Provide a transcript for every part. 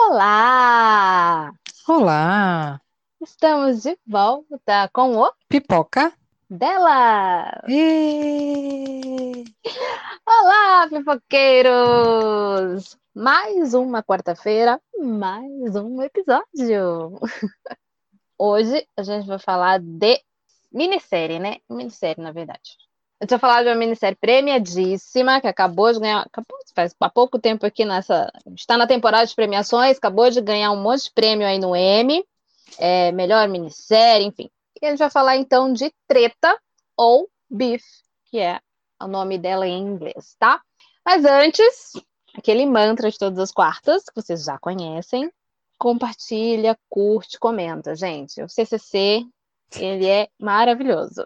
Olá! Olá, Estamos de volta com o pipoca. Dela! E... Olá, pipoqueiros! Mais uma quarta-feira, mais um episódio. Hoje a gente vai falar de minissérie, né? Minissérie, na verdade. A gente vai falar de uma minissérie premiadíssima que acabou de ganhar, faz há pouco tempo aqui nessa. Está na temporada de premiações, acabou de ganhar um monte de prêmio aí no Emmy. Melhor minissérie, enfim. E a gente vai falar então de Treta ou Beef, que é o nome dela em inglês, tá? Mas antes, aquele mantra de todas as quartas, que vocês já conhecem, compartilha, curte, comenta, gente. O CCC, ele é maravilhoso.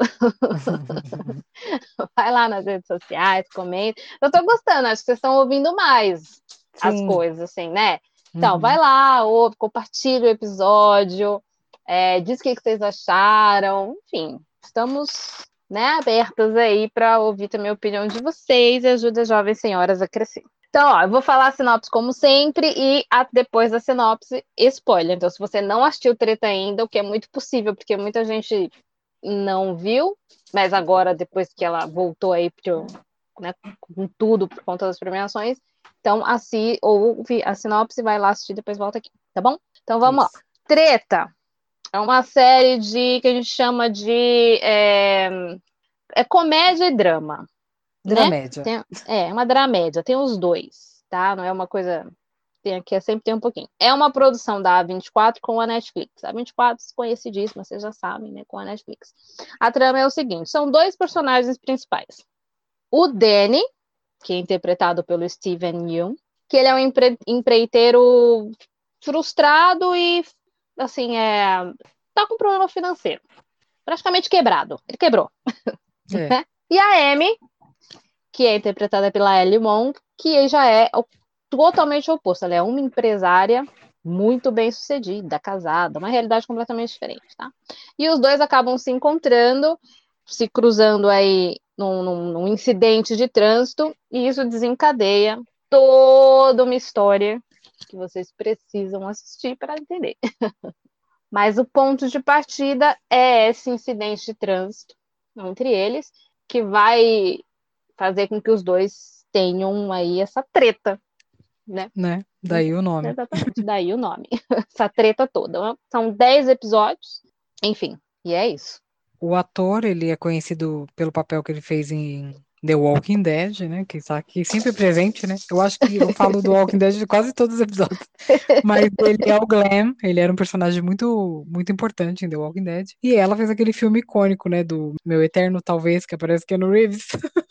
Vai lá nas redes sociais, comenta. Eu tô gostando, acho que vocês estão ouvindo mais as Sim. coisas, assim, né? Então, vai Uhum. lá, ouve, compartilha o episódio, diz o que vocês acharam, enfim, estamos, né, abertas aí para ouvir também a opinião de vocês e ajuda as jovens senhoras a crescer. Então, ó, eu vou falar a sinopse como sempre e depois da sinopse, spoiler. Então, se você não assistiu Treta ainda, o que é muito possível, porque muita gente não viu, mas agora, depois que ela voltou aí né, com tudo por conta das premiações, então ouve a sinopse, vai lá assistir, depois volta aqui, tá bom? Então vamos lá. Isso. Treta é uma série que a gente chama de comédia e drama, né? Dramédia. É uma dramédia, tem os dois, tá? Não é uma coisa. Tem aqui, sempre tem um pouquinho. É uma produção da A24 com a Netflix. A A24 conhecidíssima, vocês já sabem, né? Com a Netflix. A trama é o seguinte: são dois personagens principais. O Danny, que é interpretado pelo Steven Yeun, que ele é um empreiteiro frustrado e, assim, tá com problema financeiro. Praticamente quebrado. Ele quebrou. É. Né? E a Amy, que é interpretada pela Ellie Wong, que já é totalmente oposto. Ela é uma empresária muito bem sucedida, casada, uma realidade completamente diferente, tá? E os dois acabam se encontrando, se cruzando aí num incidente de trânsito, e isso desencadeia toda uma história que vocês precisam assistir para entender. Mas o ponto de partida é esse incidente de trânsito entre eles, que vai fazer com que os dois tenham aí essa treta, né? Né? Daí o nome. Exatamente, daí o nome. Essa treta toda. São 10 episódios, enfim, e é isso. O ator, ele é conhecido pelo papel que ele fez em The Walking Dead, né? Que está aqui sempre presente, né? Eu acho que eu falo do Walking Dead de quase todos os episódios. Mas ele é o Glenn, ele era um personagem muito, muito importante em The Walking Dead. E ela fez aquele filme icônico, né? Do Meu Eterno Talvez, que aparece Keanu Reeves.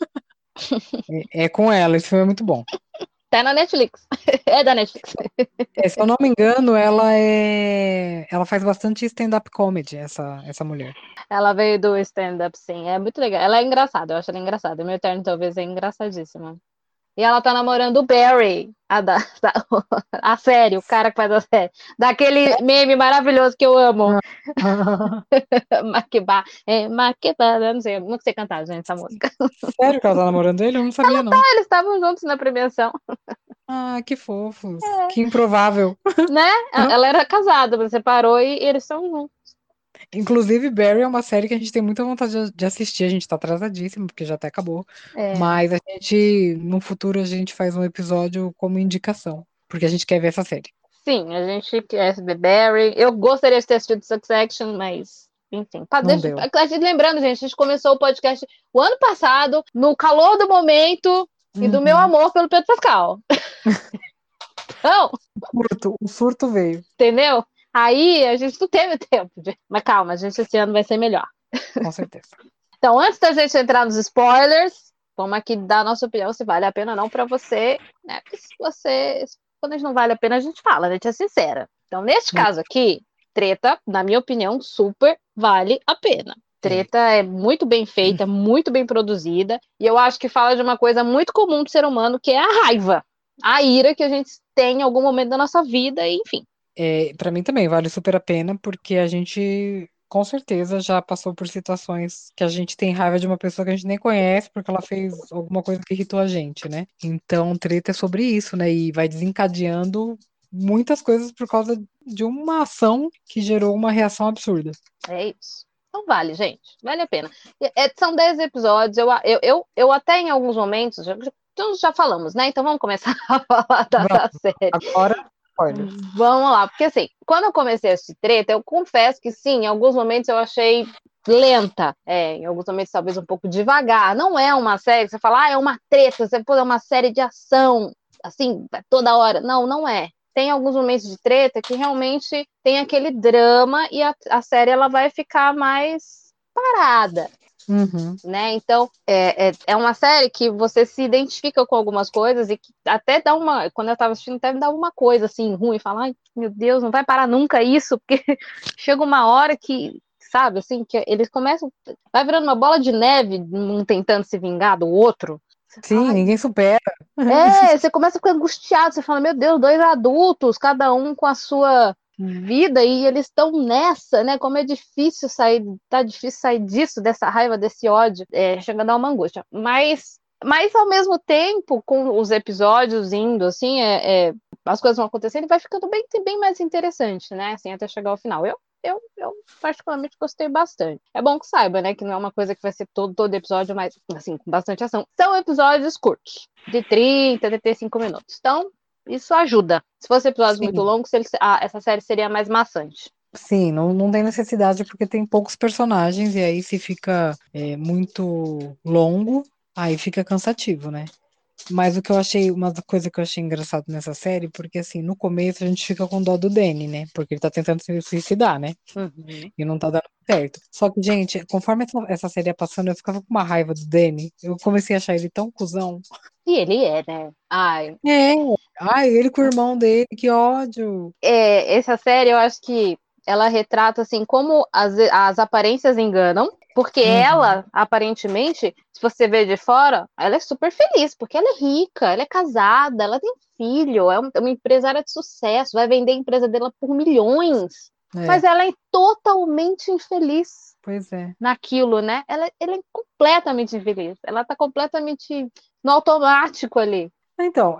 É com ela, esse filme é muito bom. Tá na Netflix. É da Netflix. Se eu não me engano, ela faz bastante stand-up comedy, essa mulher. Ela veio do stand-up, sim. É muito legal. Ela é engraçada, eu acho ela engraçada. Meu Eterno talvez é engraçadíssima. E ela tá namorando o Barry, a série, o cara que faz a série. Daquele meme maravilhoso que eu amo. Maqueba, Maqueba, eu não sei, eu não sei cantar, gente, essa música. Sério que ela tá namorando ele? Eu não sabia, não. Eles estavam juntos na premiação, Ah, que fofos. Que improvável. né? Ela era casada, mas separou e eles são juntos. Inclusive, Barry é uma série que a gente tem muita vontade de assistir. A gente tá atrasadíssimo, porque já até acabou. É, Mas no futuro, a gente faz um episódio como indicação. Porque a gente quer ver essa série. sim, a gente quer The Barry. Eu gostaria de ter assistido Succession, mas enfim. Não deu. Lembrando, gente, a gente começou o podcast o ano passado, no calor do momento e do meu Uhum. amor pelo Pedro Pascal. Então, O surto veio, entendeu? Aí a gente não teve tempo. Mas calma, a gente esse ano vai ser melhor. com certeza. Então, antes da gente entrar nos spoilers, vamos aqui dar a nossa opinião se vale a pena ou não para você, né? Porque quando a gente não vale a pena, a gente fala, a gente é sincera. Então, neste caso aqui, Treta, na minha opinião, super vale a pena. É. Treta é muito bem feita, muito bem produzida, e eu acho que fala de uma coisa muito comum do ser humano, que é a raiva, a ira que a gente tem em algum momento da nossa vida, e, enfim. Para mim também vale super a pena, porque a gente com certeza já passou por situações que a gente tem raiva de uma pessoa que a gente nem conhece porque ela fez alguma coisa que irritou a gente, né? Então, treta é sobre isso, né? E vai desencadeando muitas coisas por causa de uma ação que gerou uma reação absurda. É isso. Então vale, gente. Vale a pena. São 10 episódios. Eu até em alguns momentos, já falamos, né? Então vamos começar a falar da Vamos, série. agora, spoiler. Vamos lá, porque assim, quando eu comecei a assistir Treta, eu confesso que sim, em alguns momentos eu achei lenta, em alguns momentos talvez um pouco devagar. Não é uma série que você fala, é uma treta, você pô, é uma série de ação, assim, toda hora. Não, não é. Tem alguns momentos de treta que realmente tem aquele drama e a série ela vai ficar mais parada. Uhum. Né? Então, é uma série que você se identifica com algumas coisas e que até dá uma. Quando eu tava assistindo, até me dá uma coisa assim ruim, falar, ai, meu Deus, não vai parar nunca isso, porque chega uma hora que, sabe, assim, que eles começam. Vai virando uma bola de neve, um tentando se vingar do outro. Você fala, Sim, ninguém supera. você começa a ficar angustiado, você fala, meu Deus, dois adultos, cada um com a sua vida, e eles estão nessa, né? Como é difícil sair, tá difícil sair disso, dessa raiva, desse ódio, chega a dar uma angústia. Mas ao mesmo tempo, com os episódios indo, assim, as coisas vão acontecendo e vai ficando bem mais interessante, né? Assim, até chegar ao final. Eu particularmente gostei bastante. É bom que saiba, né? Que não é uma coisa que vai ser todo episódio, mas assim, com bastante ação. São episódios curtos, de 30, 35 minutos. Então, isso ajuda. Se fosse episódios muito Sim, longos, essa série seria mais maçante. sim, não tem necessidade porque tem poucos personagens e aí se fica muito longo, aí fica cansativo, né? Mas uma coisa que eu achei engraçado nessa série, porque assim, no começo a gente fica com dó do Danny, né? Porque ele tá tentando se suicidar, né? Uhum. E não tá dando certo. Só que, gente, conforme essa série ia passando, eu ficava com uma raiva do Danny. Eu comecei a achar ele tão cuzão. E ele né? Ai, É, ai, ele com o irmão dele, que ódio. essa série eu acho que ela retrata assim como as aparências enganam, porque Uhum, ela, aparentemente, se você vê de fora, ela é super feliz, porque ela é rica, ela é casada, ela tem filho, é uma empresária de sucesso, vai vender a empresa dela por milhões. Mas é, ela é totalmente infeliz pois é. naquilo, né? Ela é completamente infeliz. Ela tá completamente no automático ali. Então,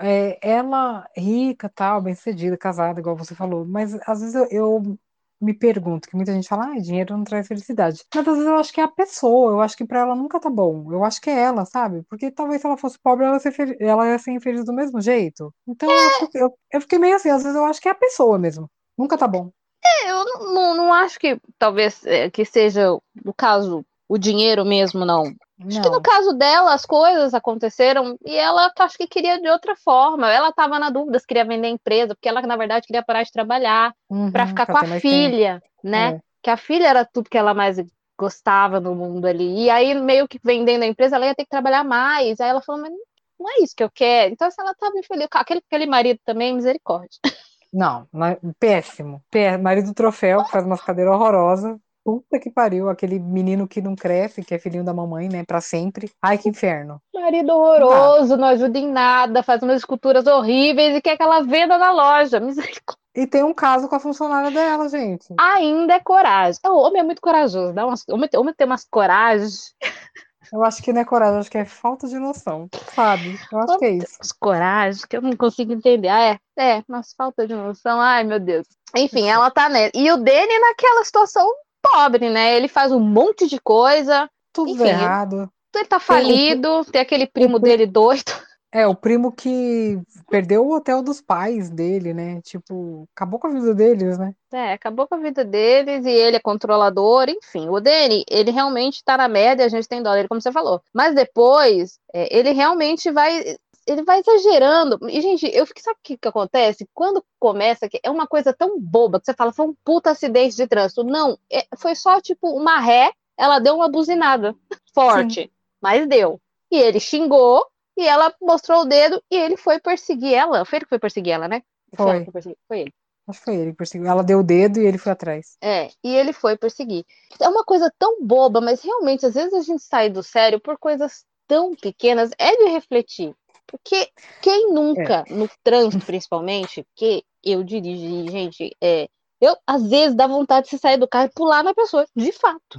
ela rica, tal, bem-sucedida, casada, igual você falou, mas às vezes eu me pergunto, que muita gente fala, ah, dinheiro não traz felicidade. Mas às vezes eu acho que é a pessoa, eu acho que pra ela nunca tá bom. Eu acho que é ela, sabe? Porque talvez se ela fosse pobre, ela ia ser infeliz do mesmo jeito. Então eu fiquei meio assim, às vezes eu acho que é a pessoa mesmo. Nunca tá bom. Eu não acho que talvez que seja no caso o dinheiro mesmo, não. Acho que no Não. caso dela as coisas aconteceram e ela acho que queria de outra forma. Ela estava na dúvida se queria vender a empresa, porque ela na verdade queria parar de trabalhar para Uhum, ficar pra com a ter mais tempo. filha, né? É. Que a filha era tudo que ela mais gostava no mundo ali. E aí meio que vendendo a empresa, ela ia ter que trabalhar mais. Aí ela falou, mas não é isso que eu quero. Então, se ela estava infeliz, aquele marido também, misericórdia. Não, péssimo. Marido troféu, que faz umas cadeiras horrorosas. Puta que pariu, aquele menino que não cresce, que é filhinho da mamãe, né, pra sempre. Ai, que inferno. Marido Não dá. horroroso, não ajuda em nada, faz umas esculturas horríveis e quer que ela venda na loja. Misericórdia. E tem um caso com a funcionária dela, gente. Ainda é coragem. O homem é muito corajoso. Homem tem umas coragens. Eu acho que não é coragem, eu acho que é falta de noção, sabe? Eu acho que Homem é tem isso. umas coragens que eu não consigo entender. Mas falta de noção. Ai, meu Deus. Enfim, Isso. ela tá nela. E o Danny naquela situação pobre, né? Ele faz um monte de coisa. Tudo Enfim, errado. ele tá Tem falido. Tem aquele o, primo dele doido. o primo que perdeu o hotel dos pais dele, né? Tipo, acabou com a vida deles, né? Acabou com a vida deles e ele é controlador, enfim. O Danny, ele realmente tá na merda e a gente tem dó dele, como você falou. Mas depois, ele realmente ele vai exagerando. E, gente, sabe o que acontece? Quando começa, que é uma coisa tão boba que você fala, foi um puta acidente de trânsito. Não, foi só tipo uma ré, ela deu uma buzinada Sim, forte, mas deu. E ele xingou e ela mostrou o dedo e ele foi perseguir ela. Foi ele que foi perseguir ela, né? Ou foi ela que foi. foi perseguir? Foi ele. Acho que foi ele que perseguiu. Ela deu o dedo e ele foi atrás. E ele foi perseguir. É uma coisa tão boba, mas realmente, às vezes a gente sai do sério por coisas tão pequenas, é de refletir. Porque quem É. nunca, no trânsito principalmente, que eu dirigi, gente, eu às vezes dá vontade de se sair do carro e pular na pessoa, de fato.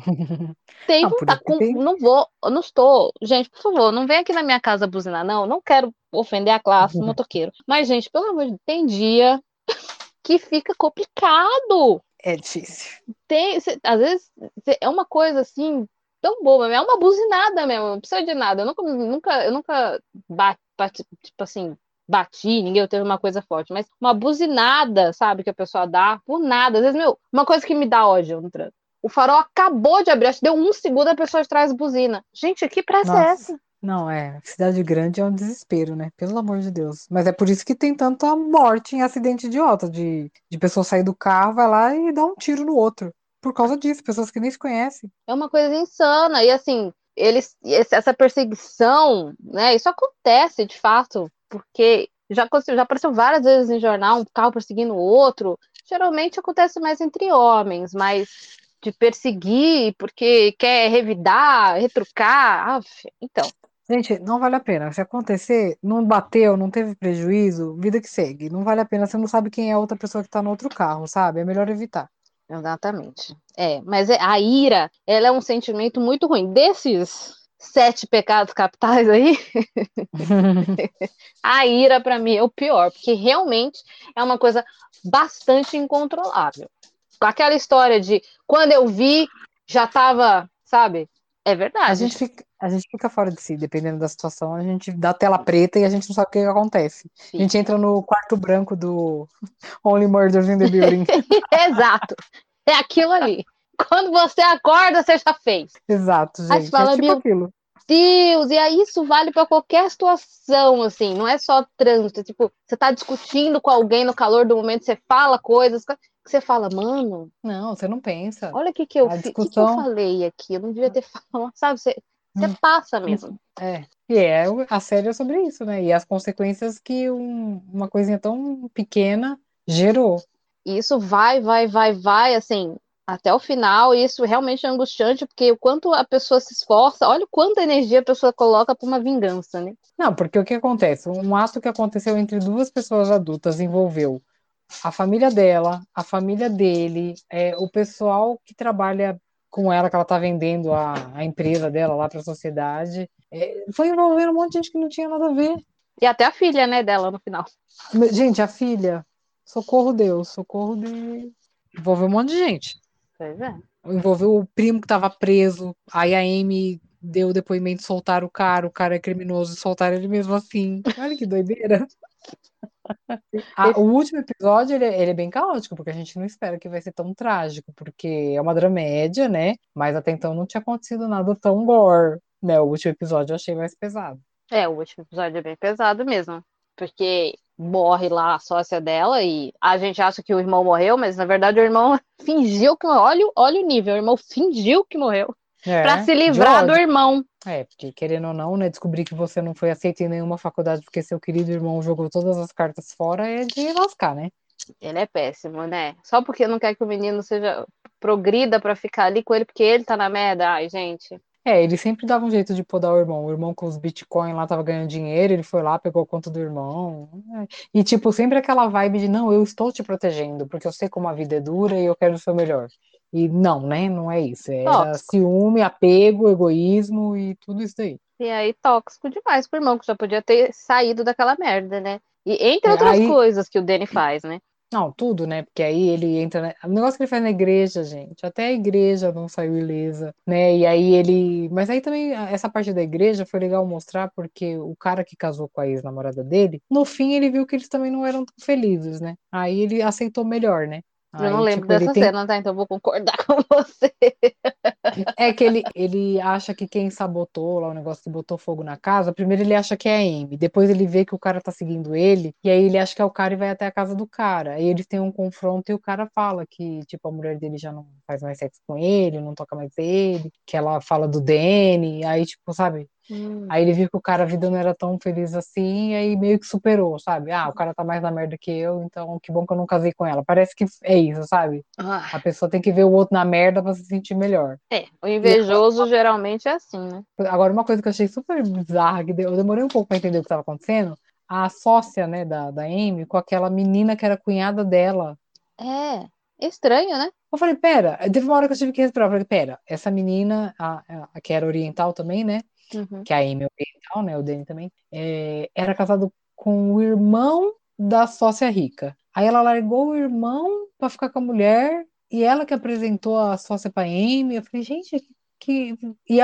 Tem Não, por isso vontade, que tem. não vou, eu não estou, gente, por favor, não vem aqui na minha casa buzinar, não quero ofender a classe motoqueiro. Mas, gente, pelo amor de Deus, tem dia. que fica complicado. É difícil. Às vezes é uma coisa assim tão boba, é uma buzinada mesmo, não precisa de nada. Eu nunca tipo assim, bati, ninguém teve uma coisa forte, mas uma buzinada, sabe, que a pessoa dá por nada. Às vezes, uma coisa que me dá ódio no trânsito. O farol acabou de abrir, acho que deu um segundo, a pessoa de trás buzina. Gente, que pressa é Nossa. essa? Não, cidade grande é um desespero, né? Pelo amor de Deus. Mas é por isso que tem tanta morte em acidente idiota, de pessoa sair do carro, vai lá e dá um tiro no outro. Por causa disso, pessoas que nem se conhecem. É uma coisa insana. E assim, essa perseguição, né? Isso acontece de fato, porque já apareceu várias vezes em jornal um carro perseguindo o outro. Geralmente acontece mais entre homens, mas de perseguir porque quer revidar, retrucar. Então, Gente, não vale a pena. Se acontecer, não bateu, não teve prejuízo, vida que segue. Não vale a pena, você não sabe quem é a outra pessoa que tá no outro carro, sabe? É melhor evitar. exatamente. Mas a ira, ela é um sentimento muito ruim. Desses 7 pecados capitais aí, a ira, para mim, é o pior, porque realmente é uma coisa bastante incontrolável. Aquela história de quando eu vi, já tava, sabe? É verdade. A gente fica fora de si, dependendo da situação, a gente dá tela preta e a gente não sabe o que acontece. A gente Fica. entra no quarto branco do Only Murders in the Building. Exato. É aquilo ali. Quando você acorda, você já fez. Exato, Aí você gente. É fala, tipo meu aquilo. Deus, e aí isso vale para qualquer situação, assim, não é só trânsito, tipo, você tá discutindo com alguém no calor do momento, você fala coisas que você fala, mano, Não, você não pensa. olha o que que eu A fiz, o que que eu discussão. falei aqui, eu não devia ter falado, sabe, você Hum, passa mesmo. É. A série é sobre isso, né? E as consequências que uma coisinha tão pequena gerou. E isso vai, assim, até o final, e isso realmente é angustiante, porque o quanto a pessoa se esforça, olha o quanta energia a pessoa coloca para uma vingança, né? Não, porque o que acontece? Um ato que aconteceu entre duas pessoas adultas envolveu a família dela, a família dele, o pessoal que trabalha com ela, que ela tá vendendo a empresa dela lá para a sociedade. Foi envolvendo um monte de gente que não tinha nada a ver. E até a filha, né, dela no final. Gente, a filha, socorro Deus, socorro Deus. Envolveu um monte de gente. Pois é. Envolveu o primo que estava preso. Aí a Amy deu o depoimento, soltaram o cara é criminoso, soltaram ele mesmo assim. Olha que doideira. O último episódio, ele é bem caótico, porque a gente não espera que vai ser tão trágico, porque é uma dramédia, né? Mas até então não tinha acontecido nada tão gore, né? O último episódio eu achei mais pesado. O último episódio é bem pesado mesmo. Porque morre lá a sócia dela e a gente acha que o irmão morreu, mas na verdade o irmão fingiu que morreu. Olha o nível, o irmão fingiu que morreu pra se De livrar do ódio. irmão. Porque querendo ou não, né? Descobrir que você não foi aceito em nenhuma faculdade porque seu querido irmão jogou todas as cartas fora é de lascar, né? Ele é péssimo, né? Só porque não quer que o menino seja progrida pra ficar ali com ele, porque ele tá na merda. Ai, gente. Ele sempre dava um jeito de podar o irmão. O irmão com os bitcoins lá tava ganhando dinheiro, ele foi lá, pegou a conta do irmão. E, tipo, sempre aquela vibe de, não, eu estou te protegendo, porque eu sei como a vida é dura e eu quero o seu melhor. E não, né? Não é isso. Era Tóxico. ciúme, apego, egoísmo e tudo isso daí. E aí, tóxico demais pro irmão, que já podia ter saído daquela merda, né? E entre outras Aí, coisas que o Danny faz, né? não, tudo, né? Porque aí ele entra. O negócio que ele faz na igreja, gente, até a igreja não saiu ilesa, né? E aí ele. Mas aí também, essa parte da igreja foi legal mostrar, porque o cara que casou com a ex-namorada dele, no fim ele viu que eles também não eram tão felizes, né? Aí ele aceitou melhor, né? Eu não Aí, lembro tipo, ele dessa tem. cena, tá? Então eu vou concordar com você. É que ele acha que quem sabotou lá o negócio que botou fogo na casa, primeiro ele acha que é a Amy, depois ele vê que o cara tá seguindo ele, e aí ele acha que é o cara e vai até a casa do cara. Aí eles têm um confronto e o cara fala que, tipo, a mulher dele já não faz mais sexo com ele, não toca mais ele, que ela fala do Danny, aí, tipo, sabe? Hum. Aí ele viu que o cara, a vida não era tão feliz assim, e aí meio que superou, sabe? O cara tá mais na merda que eu, então que bom que eu não casei com ela. Parece que é isso, sabe? A Ah, pessoa tem que ver o outro na merda pra se sentir melhor. o E invejoso geralmente é assim, né? agora, uma coisa que eu achei super bizarra, que eu demorei um pouco pra entender o que estava acontecendo, a sócia, né, da Amy, com aquela menina que era cunhada dela. É, estranho, né? Eu falei, pera, teve uma hora que eu tive que respirar. Eu falei, pera, essa menina, a que era oriental também, né, Uhum. que a Amy é oriental, né, o Danny também, era casado com o irmão da sócia rica. Aí ela largou o irmão pra ficar com a mulher e ela que apresentou a sócia pra Amy. Eu falei, gente, que...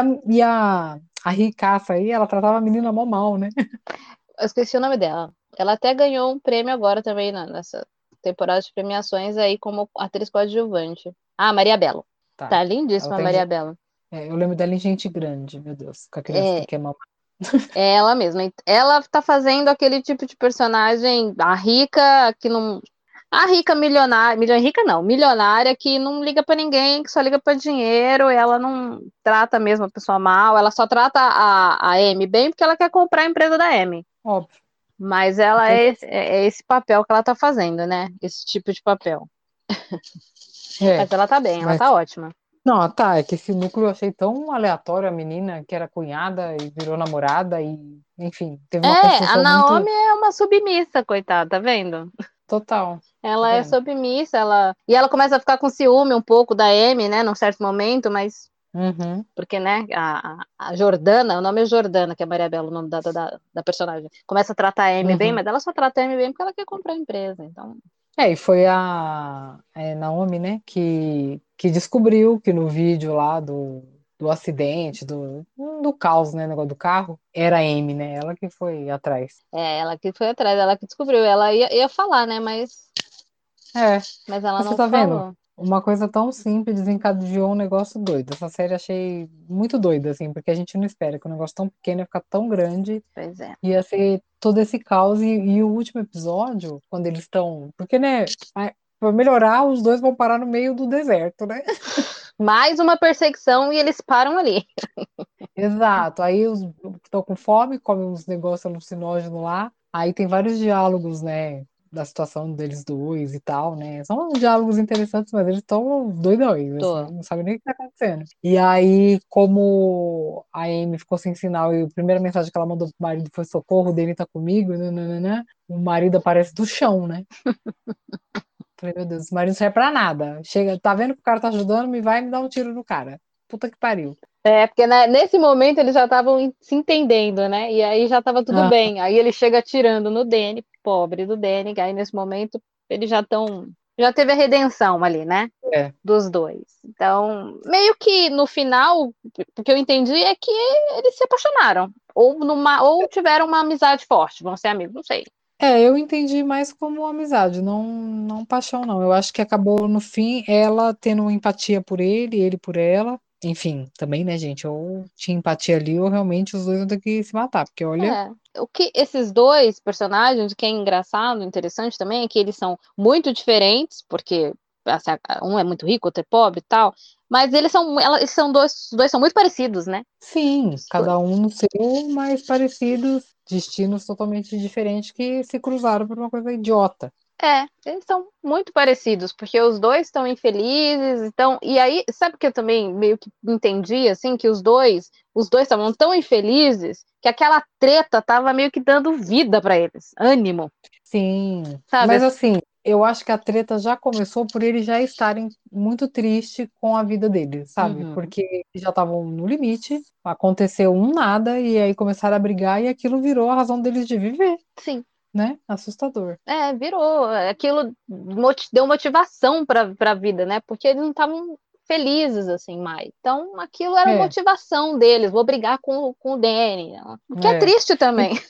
a ricaça aí, ela tratava a menina mó mal, né? Eu esqueci o nome dela. Ela até ganhou um prêmio agora também nessa temporada de premiações aí como atriz coadjuvante. Ah, Maria Bello. Tá. Tá Ela lindíssima a tem... Maria Bello. eu lembro dela em Gente Grande, meu Deus, com a criança que É, quer mamar. é ela mesma. Ela tá fazendo aquele tipo de personagem, a rica que não. A rica milionária, rica não, milionária que não liga pra ninguém, que só liga pra dinheiro, ela não trata mesmo a pessoa mal, ela só trata a Amy bem porque ela quer comprar a empresa da Amy. Óbvio. Mas ela Porque, é esse papel que ela tá fazendo, né? Esse tipo de papel. é, Mas ela tá bem, ela mas tá ótima. não, tá, é que esse núcleo eu achei tão aleatório, a menina que era cunhada e virou namorada e, enfim, teve uma É, a construção muito Naomi é uma submissa, coitada, tá vendo? total, tá Ela é vendo? submissa, e ela começa a ficar com ciúme um pouco da Amy, né, num certo momento, mas Uhum, porque, né, a Jordana, o nome é Jordana, que é Maria Bela, o nome da personagem, começa a tratar a Amy bem, uhum. mas ela só trata a Amy bem porque ela quer comprar a empresa, então, E foi a Naomi, né, que descobriu que no vídeo lá do acidente, do caos, né, negócio do carro, era a Amy, né, ela que foi atrás. é ela que foi atrás, ela que descobriu, ela ia falar, né, É, mas ela você não tá vendo? falou. Uma coisa tão simples desencadeou um negócio doido. Essa série eu achei muito doida, assim, porque a gente não espera que um negócio tão pequeno ia ficar tão grande, Pois é. ia ser todo esse caos. E o último episódio, quando eles estão. Porque, né, pra melhorar, os dois vão parar no meio do deserto, né? Mais uma perseguição e eles param ali. Exato. Aí os que estão com fome, comem uns negócios alucinógenos lá. Aí tem vários diálogos, né? Da situação deles dois e tal, né? São diálogos interessantes, mas eles estão doidões, assim, Tô. não sabem nem o que tá acontecendo. E aí, como a Amy ficou sem sinal e a primeira mensagem que ela mandou pro marido foi socorro, o Danny tá comigo, nananana, o marido aparece do chão, né? Falei, meu Deus, esse marido não serve pra nada. Chega, tá vendo que o cara tá ajudando, me vai me dar um tiro no cara. Puta que pariu. É, porque né, nesse momento eles já estavam se entendendo, né? E aí já estava tudo Ah, bem. Aí ele chega atirando no Danny, pobre do Danny, que aí nesse momento eles já estão. Já teve a redenção ali, né? é. Dos dois. Então, meio que no final, o que eu entendi é que eles se apaixonaram. Ou tiveram uma amizade forte, vão ser amigos, não sei. Eu entendi mais como amizade, não paixão, não. Eu acho que acabou no fim ela tendo empatia por ele por ela. Enfim, também, né, gente? Ou tinha empatia ali, ou realmente os dois vão ter que se matar, porque olha, O que esses dois personagens, o que é engraçado, interessante também, é que eles são muito diferentes, porque assim, um é muito rico, outro é pobre e tal, mas eles são os dois são muito parecidos, né? sim, Os cada dois. um no seu, mas parecidos, destinos totalmente diferentes que se cruzaram por uma coisa idiota. É, eles são muito parecidos, porque os dois estão infelizes, então, e aí, sabe o que eu também meio que entendi, assim, que os dois estavam tão infelizes que aquela treta tava meio que dando vida para eles, ânimo, Sim, sabe? mas assim, eu acho que a treta já começou por eles já estarem muito tristes com a vida deles, sabe? Uhum. Porque eles já estavam no limite, aconteceu um nada, e aí começaram a brigar, e aquilo virou a razão deles de viver, Sim. né? Assustador. Virou. Aquilo deu motivação para a vida, né? Porque eles não estavam felizes assim mais. Então, aquilo era a É, motivação deles. Vou brigar com o Danny. O que é é. triste E, também.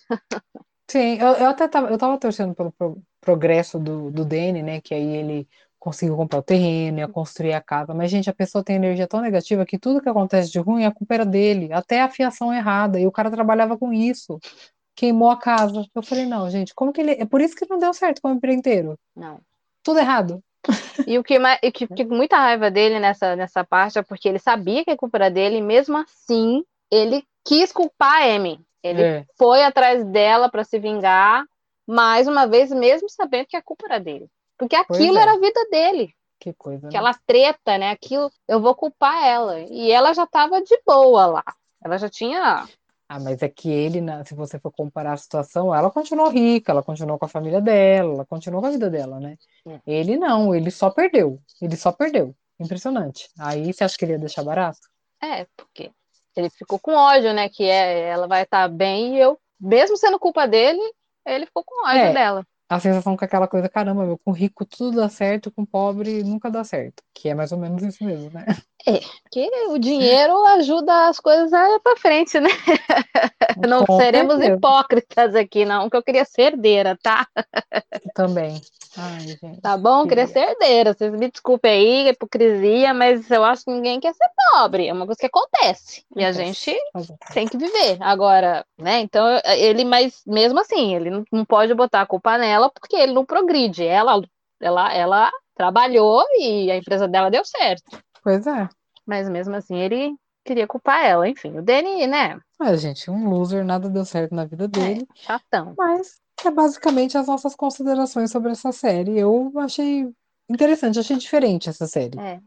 sim, eu até tava torcendo pelo progresso do Danny, né? Que aí ele conseguiu comprar o terreno, ia construir a casa. Mas, gente, a pessoa tem energia tão negativa que tudo que acontece de ruim, a culpa era dele. Até a fiação errada. E o cara trabalhava com isso. Queimou a casa. Eu falei, não, gente, como que ele. É por isso que não deu certo como empreiteiro. Não. Tudo errado. E o que mais, e que fiquei com muita raiva dele nessa parte é porque ele sabia que a culpa era dele, e mesmo assim, ele quis culpar a Amy. Ele É, foi atrás dela para se vingar, mais uma vez, mesmo sabendo que a culpa era dele. Porque pois aquilo era é. a vida dele. Que coisa, né? Aquela treta, né? Aquilo, eu vou culpar ela. E ela já estava de boa lá. Ela já tinha. Ah, mas é que ele, se você for comparar a situação, ela continuou rica, ela continuou com a família dela, ela continuou com a vida dela, né? Ele não, ele só perdeu. Ele só perdeu. Impressionante. Aí você acha que ele ia deixar barato? Porque ele ficou com ódio, né? Ela vai estar bem e eu, mesmo sendo culpa dele, ele ficou com ódio É, dela. a sensação que aquela coisa, caramba, meu, com rico tudo dá certo, com pobre nunca dá certo. Que é mais ou menos isso mesmo, né? É, que o dinheiro ajuda as coisas a ir pra frente, né? Não Com seremos certeza, hipócritas aqui, não, que eu queria ser herdeira, tá? também. Ai, Tá gente, bom? Queria queria. ser herdeira. Vocês me desculpem aí, a hipocrisia, mas eu acho que ninguém quer ser pobre. É uma coisa que acontece. E a gente Acontece. Fazer. tem que viver. Agora, né? Então, ele, mas mesmo assim, ele não pode botar a culpa nela porque ele não progride. Ela trabalhou e a empresa dela deu certo. Pois é. Mas mesmo assim, ele queria culpar ela. Enfim, o Danny, né? É, gente, um loser, nada deu certo na vida É, dele. chatão. Mas é basicamente as nossas considerações sobre essa série. Eu achei interessante, achei diferente essa série. É.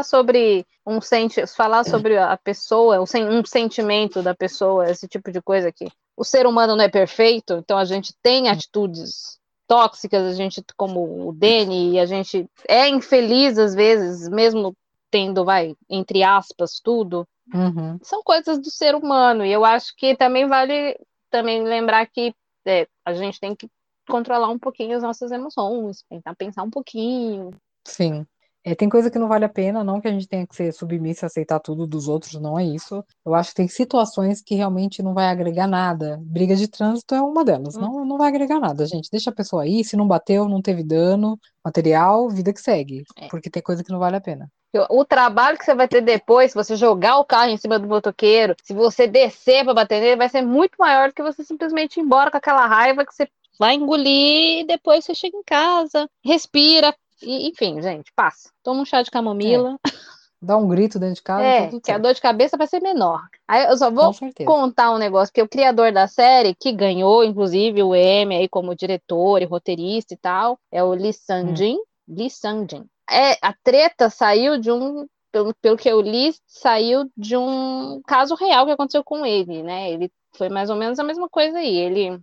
Falar sobre a pessoa, um sentimento da pessoa, esse tipo de coisa que o ser humano não é perfeito, então a gente tem atitudes tóxicas, a gente, como o Danny, e a gente é infeliz às vezes, mesmo tendo, vai, entre aspas, tudo. Uhum, São coisas do ser humano, e eu acho que também vale também lembrar que a gente tem que controlar um pouquinho as nossas emoções, tentar pensar um pouquinho. sim. É, tem coisa que não vale a pena, não que a gente tenha que ser submissa e aceitar tudo dos outros, não é isso. Eu acho que tem situações que realmente não vai agregar nada. Briga de trânsito é uma delas. Não, não vai agregar nada, gente. Deixa a pessoa aí, se não bateu, não teve dano material, vida que segue. É. Porque tem coisa que não vale a pena. O trabalho que você vai ter depois, se você jogar o carro em cima do motoqueiro, se você descer para bater nele, vai ser muito maior do que você simplesmente ir embora com aquela raiva que você vai engolir e depois você chega em casa, respira, e, enfim, gente, passa. Toma um chá de É, camomila. dá um grito dentro de casa, tá tudo Que a certo. dor de cabeça vai ser menor. Aí eu só Com vou certeza. contar um negócio, porque o criador da série, que ganhou, inclusive, o Emmy aí como diretor e roteirista e tal, é o Lee Hum, Sang-jin. Lee Sang-jin. A treta saiu de pelo que eu li, saiu de um caso real que aconteceu com ele, né? Ele foi mais ou menos a mesma coisa aí.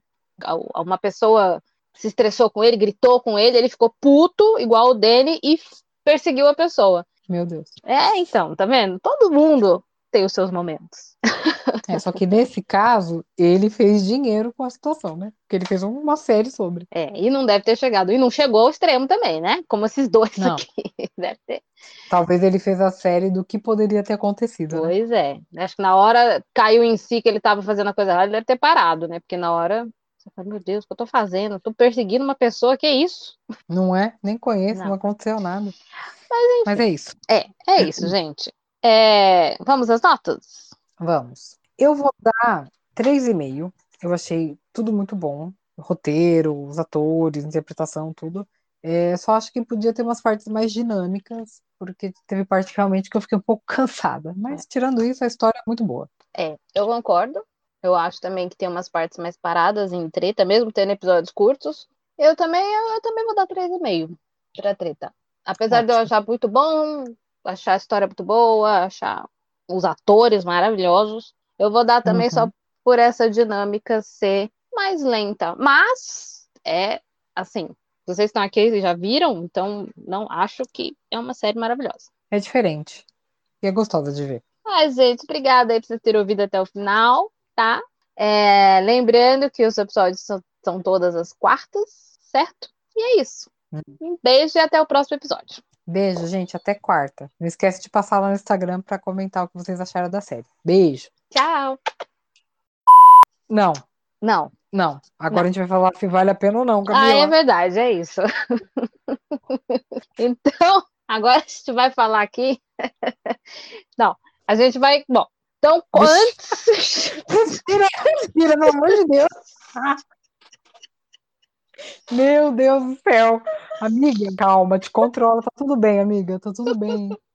Uma pessoa se estressou com ele, gritou com ele ficou puto, igual o Danny, e perseguiu a pessoa. meu Deus. Então, tá vendo? Todo mundo tem os seus momentos. É, só que nesse caso, ele fez dinheiro com a situação, né? Porque ele fez uma série sobre. E não deve ter chegado. E não chegou ao extremo também, né? Como esses dois Não, aqui. Deve ter. talvez ele fez a série do que poderia ter acontecido, né? Pois é. Acho que na hora caiu em si que ele estava fazendo a coisa errada, ele deve ter parado, né? Porque na hora você fala, meu Deus, o que eu tô fazendo? Eu tô perseguindo uma pessoa, que isso? Não é? Nem conheço, não Não. aconteceu nada. Mas Enfim. é isso. É isso, gente. Vamos às notas? Vamos. Eu vou dar 3,5. Eu achei tudo muito bom. O roteiro, os atores, interpretação, tudo. É, só acho que podia ter umas partes mais dinâmicas, porque teve parte realmente que eu fiquei um pouco cansada. Mas tirando isso, a história é muito boa. Eu concordo. Eu acho também que tem umas partes mais paradas em treta, mesmo tendo episódios curtos. Eu também vou dar 3,5 pra treta. Apesar de eu Ótimo. achar muito bom, achar a história muito boa, achar os atores maravilhosos, eu vou dar também só Uhum. por essa dinâmica ser mais lenta. Mas, assim, vocês estão aqui e já viram, então não acho que é uma série maravilhosa. É diferente. E é gostosa de ver. Ai, gente, obrigada aí por vocês terem ouvido até o final, tá? Lembrando que os episódios são todas as quartas, certo? E é isso. Um beijo e até o próximo episódio. Beijo, gente. Até quarta. Não esquece de passar lá no Instagram para comentar o que vocês acharam da série. Beijo. Tchau. Não, Não, não. não. Agora a gente vai falar se vale a pena ou não, É Camila. verdade, é isso. Então, agora a gente vai falar aqui. Não, a gente vai. Bom, então, Vixe. antes. Respira, respira, pelo amor de Deus. Ah, meu Deus do céu. Amiga, calma, te controla. Tá tudo bem, amiga. Tá tudo bem.